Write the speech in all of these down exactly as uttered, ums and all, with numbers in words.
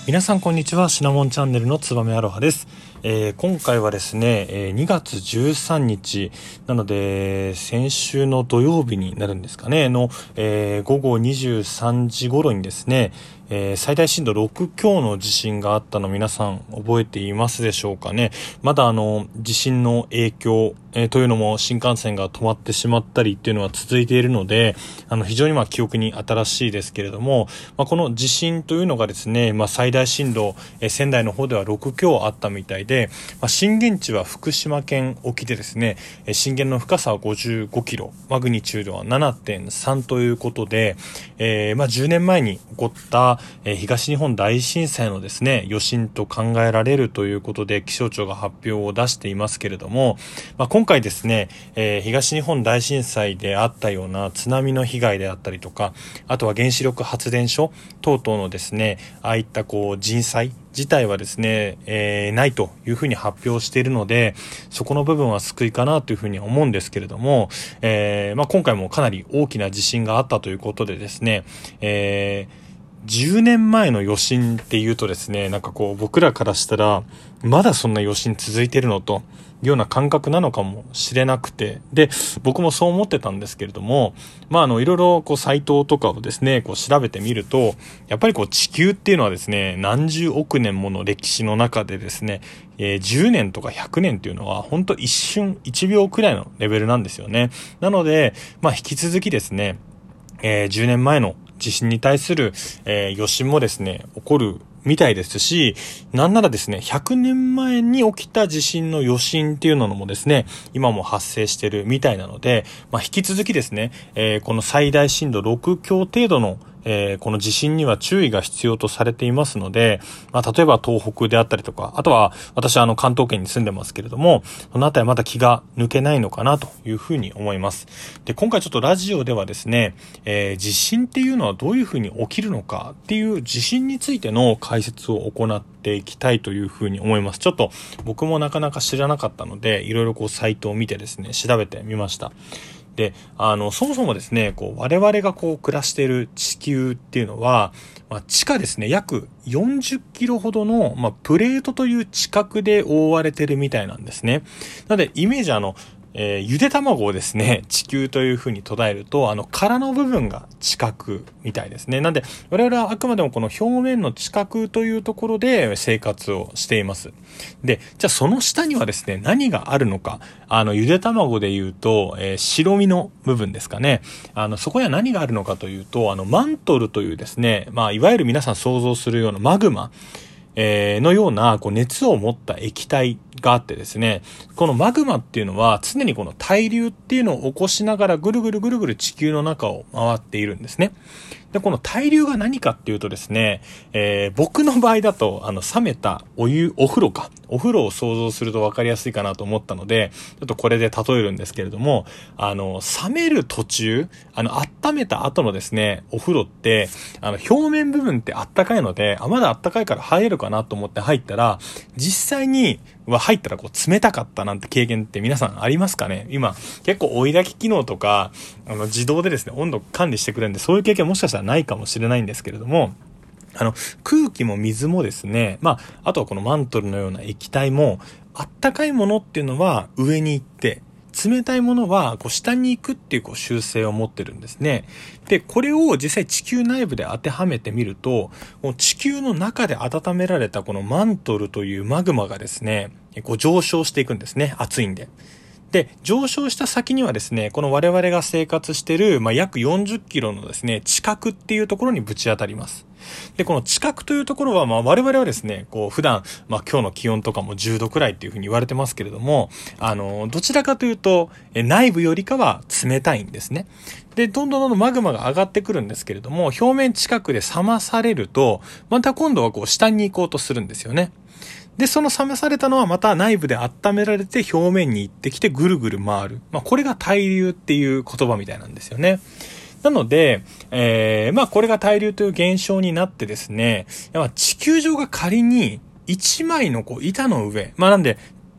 皆さんこんにちは。シナモンチャンネルのつばめアロハです。えー、今回はですね、えー、にがつじゅうさんにちなので先週の土曜日になるんですかねの、えー、ごごにじゅうさんじ頃にですね、えー、最大震度ろく強の地震があったの皆さん覚えていますでしょうかね。まだあの地震の影響、えー、というのも新幹線が止まってしまったりっていうのは続いているので、あの非常にまあ記憶に新しいですけれども、まあ、この地震というのがですね、まあ、最大震度、えー、仙台の方ではろく強あったみたいで、まあ、震源地は福島県沖でですね、えー、震源の深さはごじゅうごキロ、マグニチュードは ななてんさん ということで、えーまあ、じゅうねんまえに起こったえー、東日本大震災のですね余震と考えられるということで気象庁が発表を出していますけれども、まあ、今回ですね、えー、東日本大震災であったような津波の被害であったりとか、あとは原子力発電所等々のですねああいったこう人災自体はですね、えー、ないというふうに発表しているので、そこの部分は救いかなというふうに思うんですけれども、えーまあ、今回もかなり大きな地震があったということでですね、えーじゅうねんまえの余震っていうとですね、なんかこう僕らからしたらまだそんな余震続いてるのというような感覚なのかもしれなくて、で僕もそう思ってたんですけれども、まああのいろいろこうサイトとかをですねこう調べてみると、やっぱりこう地球っていうのはですね何十億年もの歴史の中でですね、えー、じゅうねんとかひゃくねんっていうのは本当一瞬いちびょうくらいのレベルなんですよね。なのでまあ引き続きですね、えー、じゅうねんまえの地震に対する、えー、余震もですね起こるみたいですし、なんならですねひゃくねんまえに起きた地震の余震っていうのもですね今も発生してるみたいなので、まあ、引き続きですね、えー、この最大震度ろく強程度のえー、この地震には注意が必要とされていますので、まあ、例えば東北であったりとか、あとは私はあの関東圏に住んでますけれども、そのあたりまだ気が抜けないのかなというふうに思います。で、今回ちょっとラジオではですね、えー、地震っていうのはどういうふうに起きるのかっていう地震についての解説を行っていきたいというふうに思います。ちょっと僕もなかなか知らなかったので、いろいろこうサイトを見てですね、調べてみました。で、あの、そもそもですね、こう、我々がこう、暮らしている地球っていうのは、まあ、地下ですね、約よんじゅっキロほどの、まあ、プレートという地殻で覆われてるみたいなんですね。なので、イメージあの、えー、ゆで卵をですね、地球という風に捉えると、あの、殻の部分が地殻みたいですね。なんで、我々はあくまでもこの表面の地殻というところで生活をしています。で、じゃあその下にはですね、何があるのか。あの、ゆで卵で言うと、えー、白身の部分ですかね。あの、そこには何があるのかというと、あの、マントルというですね、まあ、いわゆる皆さん想像するようなマグマ、えー、のようなこう熱を持った液体があってですね、このマグマっていうのは常にこの対流っていうのを起こしながらぐるぐるぐるぐる地球の中を回っているんですね。で、この対流が何かっていうとですね、えー、僕の場合だとあの冷めたお湯、お風呂か。お風呂を想像すると分かりやすいかなと思ったので、ちょっとこれで例えるんですけれども、あの、冷める途中、あの、温めた後のですね、お風呂って、あの、表面部分ってあったかいので、あ、まだあったかいから入れるかなと思って入ったら、実際には入ったらこう冷たかったなんて経験って皆さんありますかね。今、結構追い焚き機能とか、あの、自動でですね、温度管理してくれるんで、そういう経験もしかしたらないかもしれないんですけれども、あの、空気も水もですね、まあ、あとはこのマントルのような液体も、あったかいものっていうのは上に行って、冷たいものはこう下に行くっていうこう習性を持ってるんですね。で、これを実際地球内部で当てはめてみると、この地球の中で温められたこのマントルというマグマがですね、こう上昇していくんですね。熱いんで。で、上昇した先にはですね、この我々が生活している、まあ、約よんじゅっキロのですね、地殻っていうところにぶち当たります。で、この地殻というところは、まあ、我々はですね、こう、普段、まあ、今日の気温とかもじゅうどくらいっていうふうに言われてますけれども、あの、どちらかというと、え内部よりかは冷たいんですね。で、どんどんどんどんマグマが上がってくるんですけれども、表面近くで冷まされると、また今度はこう、下に行こうとするんですよね。で、その冷まされたのはまた内部で温められて表面に行ってきてぐるぐる回る。まあ、これが対流っていう言葉みたいなんですよね。なので、えー、まあこれが対流という現象になってですね、地球上が仮に一枚のこう板の上、まあなんで、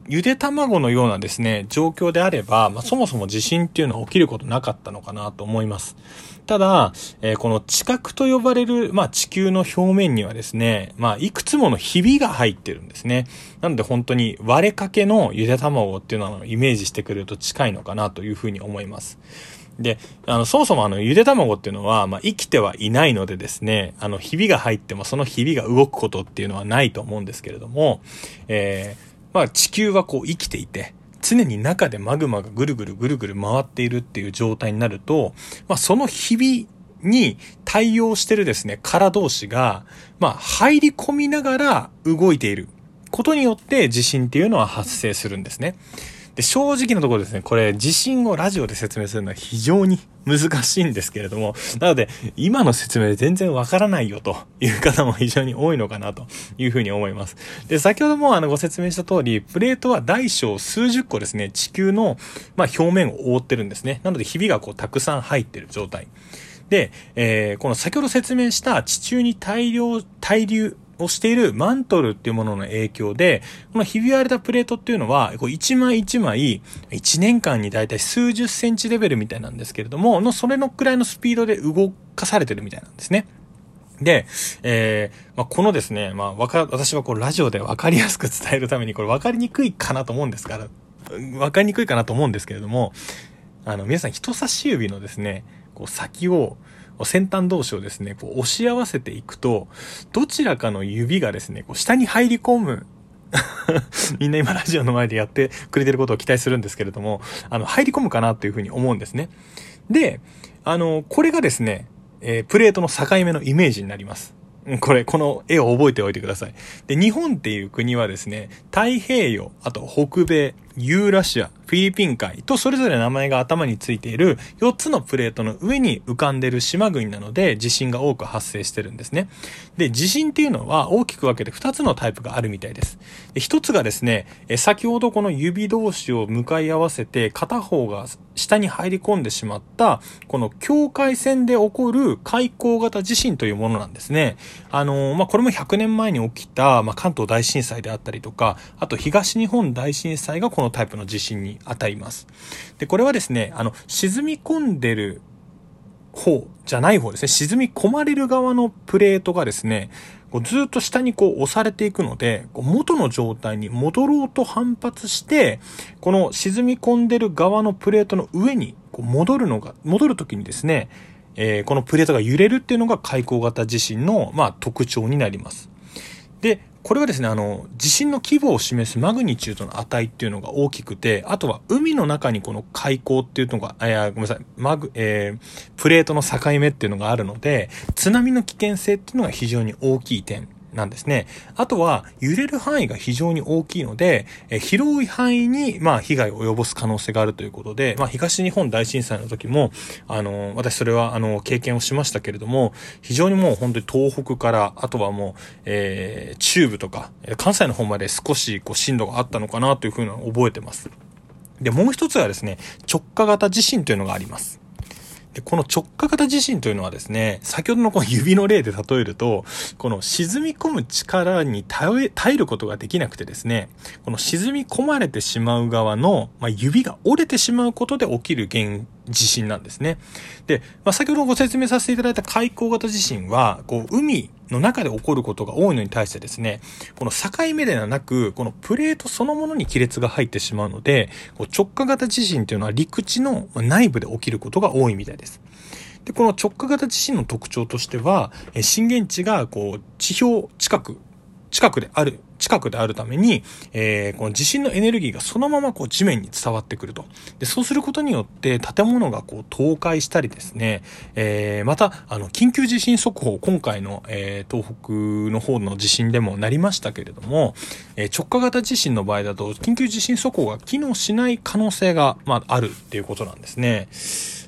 ゆで卵のようなですね、状況であれば、まあ、そもそも地震っていうのは起きることなかったのかなと思います。ただ、えー、この地殻と呼ばれる、まあ、地球の表面にはですね、まあ、いくつものひびが入ってるんですね。なので本当に割れかけのゆで卵っていうのをイメージしてくれると近いのかなというふうに思います。で、あの、そもそもあの、ゆで卵っていうのは、まあ、生きてはいないのでですね、あの、ひびが入ってもそのひびが動くことっていうのはないと思うんですけれども、えー、まあ、地球はこう生きていて、常に中でマグマがぐるぐるぐるぐる回っているっていう状態になると、まあ、そのひびに対応してるですね、殻同士が、まあ、入り込みながら動いていることによって地震っていうのは発生するんですね。で、正直なところですね、これ地震をラジオで説明するのは非常に難しいんですけれども、なので今の説明で全然わからないよという方も非常に多いのかなというふうに思います。で、先ほどもあのご説明した通り、プレートは大小数十個ですね、地球のまあ表面を覆ってるんですね。なのでひびがこうたくさん入ってる状態。で、えー、この先ほど説明した地中に大量、対流をしているマントルっていうものの影響で、このひび割れたプレートっていうのは、こう一枚一枚、一年間にだいたい数十センチレベルみたいなんですけれども、のそれのくらいのスピードで動かされてるみたいなんですね。で、えー、まあ、このですね、まあ、わか、私はこうラジオでわかりやすく伝えるために、これわかりにくいかなと思うんですから、わかりにくいかなと思うんですけれども、あの、皆さん人差し指のですね、こう先を、先端同士をですね、こう押し合わせていくと、どちらかの指がですね、こう下に入り込む。みんな今ラジオの前でやってくれてることを期待するんですけれども、あの、入り込むかなというふうに思うんですね。で、あの、これがですね、えー、プレートの境目のイメージになります。これ、この絵を覚えておいてください。で、日本っていう国はですね、太平洋、あと北米、ユーラシア、フィリピン海とそれぞれ名前が頭についているよっつのプレートの上に浮かんでいる島国なので地震が多く発生してるんですね。で、地震っていうのは大きく分けてふたつのタイプがあるみたいです。で、ひとつがですね、え先ほどこの指同士を向かい合わせて片方が下に入り込んでしまったこの境界線で起こる海溝型地震というものなんですね。あのー、まあ、これもひゃくねんまえに起きた、まあ、関東大震災であったりとか、あと東日本大震災がこのタイプの地震に当たります。で、これはですね、あの、沈み込んでる方じゃない方ですね、沈み込まれる側のプレートがですね、こうずっと下にこう押されていくので、こう元の状態に戻ろうと反発して、この沈み込んでる側のプレートの上にこう戻るのが、戻るときにですね、えー、このプレートが揺れるっていうのが海溝型地震の、まあ、特徴になります。で、これはですね、あの、地震の規模を示すマグニチュードの値っていうのが大きくて、あとは海の中にこの海溝っていうのが、あ、いや、ごめんなさい、マグ、えー、プレートの境目っていうのがあるので、津波の危険性っていうのが非常に大きい点なんですね。あとは、揺れる範囲が非常に大きいので、え広い範囲に、まあ、被害を及ぼす可能性があるということで、まあ、東日本大震災の時も、あの、私それは、あの、経験をしましたけれども、非常にもう本当に東北から、あとはもう、えー、中部とか、関西の方まで少し、こう、震度があったのかなというふうに覚えてます。で、もう一つはですね、直下型地震というのがあります。で、この直下型地震というのはですね、先ほどのこの指の例で例えると、この沈み込む力に耐え、耐えることができなくてですね、この沈み込まれてしまう側の、まあ、指が折れてしまうことで起きる原地震なんですね。で、まあ、先ほどご説明させていただいた海溝型地震は、こう、海の中で起こることが多いのに対してですね、この境目ではなく、このプレートそのものに亀裂が入ってしまうので、こう直下型地震というのは陸地の内部で起きることが多いみたいです。で、この直下型地震の特徴としては、震源地がこう地表近く、近くである、近くであるために、えー、この地震のエネルギーがそのままこう地面に伝わってくると。で、そうすることによって建物がこう倒壊したりですね、えー、また、あの、緊急地震速報、今回の、えー、東北の方の地震でもなりましたけれども、えー、直下型地震の場合だと、緊急地震速報が機能しない可能性が、まあ、あるっていうことなんですね。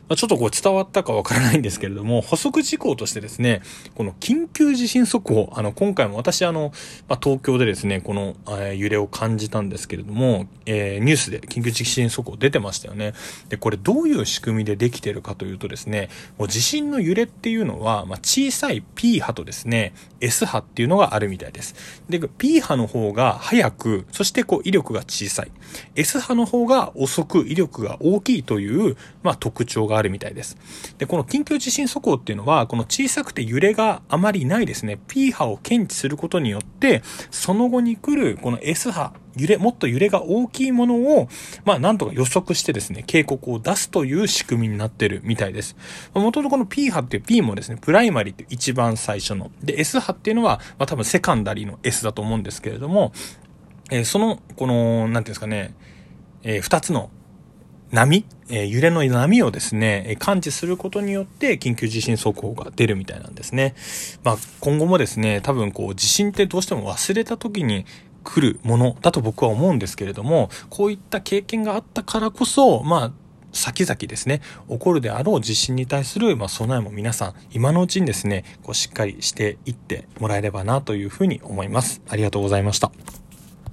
まあ、ちょっとこう伝わったかわからないんですけれども、補足事項としてですね、この緊急地震速報、あの、今回も私あの、まあ、東京でですね、この、えー、揺れを感じたんですけれども、えー、ニュースで緊急地震速報出てましたよね。で、これどういう仕組みでできているかというとですね、もう地震の揺れっていうのは、まあ、小さい P 波とですね、S 波っていうのがあるみたいです。で、P 波の方が速く、そしてこう威力が小さい。S 波の方が遅く威力が大きいという、まあ、特徴があるみたいです。で、この緊急地震速報っていうのは、この小さくて揺れがあまりないですね、P 波を検知することによって、その後に来るこの S 波、揺れ、もっと揺れが大きいものを、まあ、なんとか予測してですね、警告を出すという仕組みになってるみたいです。もともとこの P 波っていう P もですね、プライマリって一番最初の。で、S 波っていうのは、まあ、多分セカンダリーの S だと思うんですけれども、えー、その、この、なんていうんですかね、えー、二つの波、えー、揺れの波をですね、感知することによって緊急地震速報が出るみたいなんですね。まあ今後もですね、多分こう地震ってどうしても忘れた時に来るものだと僕は思うんですけれども、こういった経験があったからこそ、まあ先々ですね、起こるであろう地震に対する、まあ、備えも皆さん今のうちにですね、こうしっかりしていってもらえればなというふうに思います。ありがとうございました。